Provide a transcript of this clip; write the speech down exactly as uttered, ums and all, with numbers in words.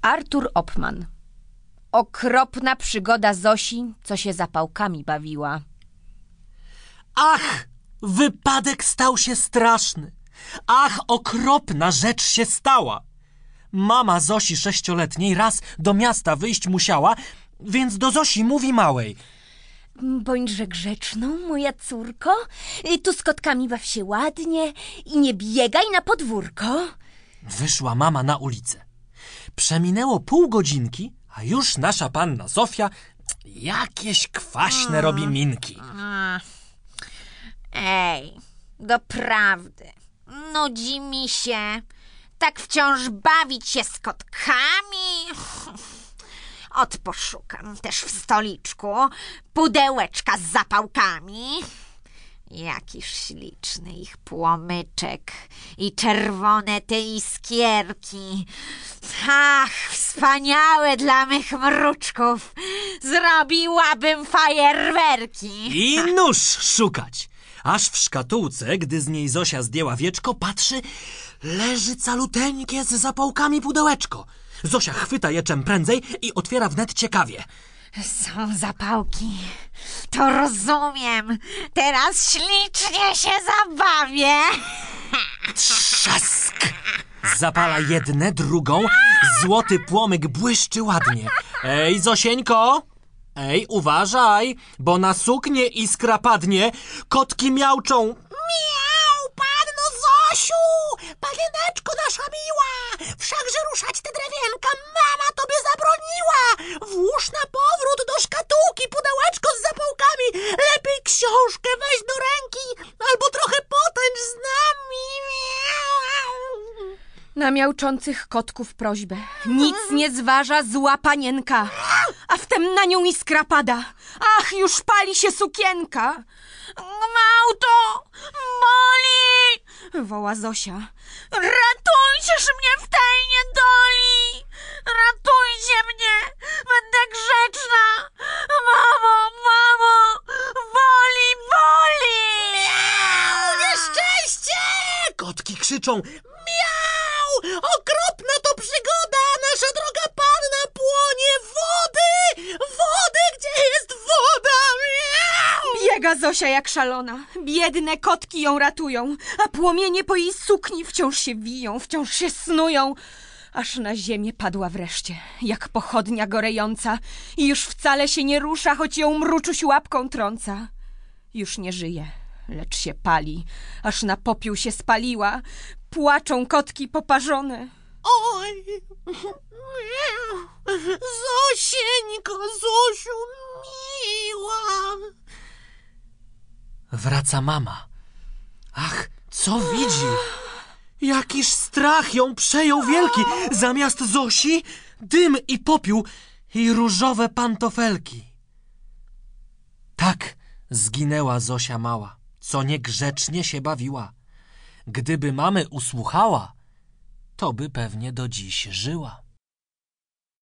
Artur Oppmann. Okropna przygoda Zosi, co się zapałkami bawiła. Ach, wypadek stał się straszny. Ach, okropna rzecz się stała. Mama Zosi sześcioletniej raz do miasta wyjść musiała, więc do Zosi mówi małej: Bądźże grzeczną, moja córko. Tu z kotkami baw się ładnie i nie biegaj na podwórko. Wyszła mama na ulicę. Przeminęło pół godzinki, a już nasza panna Zofia jakieś kwaśne robi minki. Ej, doprawdy, nudzi mi się tak wciąż bawić się z kotkami. Ot poszukam też w stoliczku pudełeczka z zapałkami. Jakiż śliczny ich płomyczek i czerwone te iskierki. Ach, wspaniałe dla mych mruczków. Zrobiłabym fajerwerki. I nóż szukać. Aż w szkatułce, gdy z niej Zosia zdjęła wieczko, patrzy, leży caluteńkie z zapałkami pudełeczko. Zosia chwyta je czym prędzej i otwiera wnet ciekawie. Są zapałki. To rozumiem. Teraz ślicznie się zabawię. Trzask! Zapala jedne, drugą. Złoty płomyk błyszczy ładnie. Ej, Zosieńko! Ej, uważaj, bo na suknię iskra padnie. Kotki miauczą. Miau, panno Zosiu! Panieneczko nasza miła! Wszakże ruszać te drewienka mama tobie zabroniła! Włóż na powrót do szkatułki pudełeczko z zapałkami! Lepiej książkę weź do ręki albo trochę potęcz z nami! Miau. Na miauczących kotków prośbę. Nic nie zważa zła panienka, a wtem na nią iskra pada. Ach, już pali się sukienka. Gwałto! Boli! Woła Zosia. Ratujcież mnie w tej niedoli! Ratujcie mnie! Będę grzeczna! Mamo, mamo! Boli, boli! Miau, nieszczęście! Kotki krzyczą. Miau! Okropna to przygoda! Nasza droga panna płonie! Wody! Wody! Gdzie jest woda? Miau! Biega Zosia jak szalona. Biedne kotki ją ratują, a płomienie po jej sukni wciąż się wiją, wciąż się snują, aż na ziemię padła wreszcie, jak pochodnia gorejąca i już wcale się nie rusza, choć ją mruczuś łapką trąca. Już nie żyje, lecz się pali, aż na popiół się spaliła. Płaczą kotki poparzone. Oj! Miau! Zosieńko, Zosiu, miła! Wraca mama. Ach, co widzi? Jakiż strach ją przejął wielki. Zamiast Zosi dym i popiół i różowe pantofelki. Tak zginęła Zosia mała, co niegrzecznie się bawiła. Gdyby mamy usłuchała, to by pewnie do dziś żyła.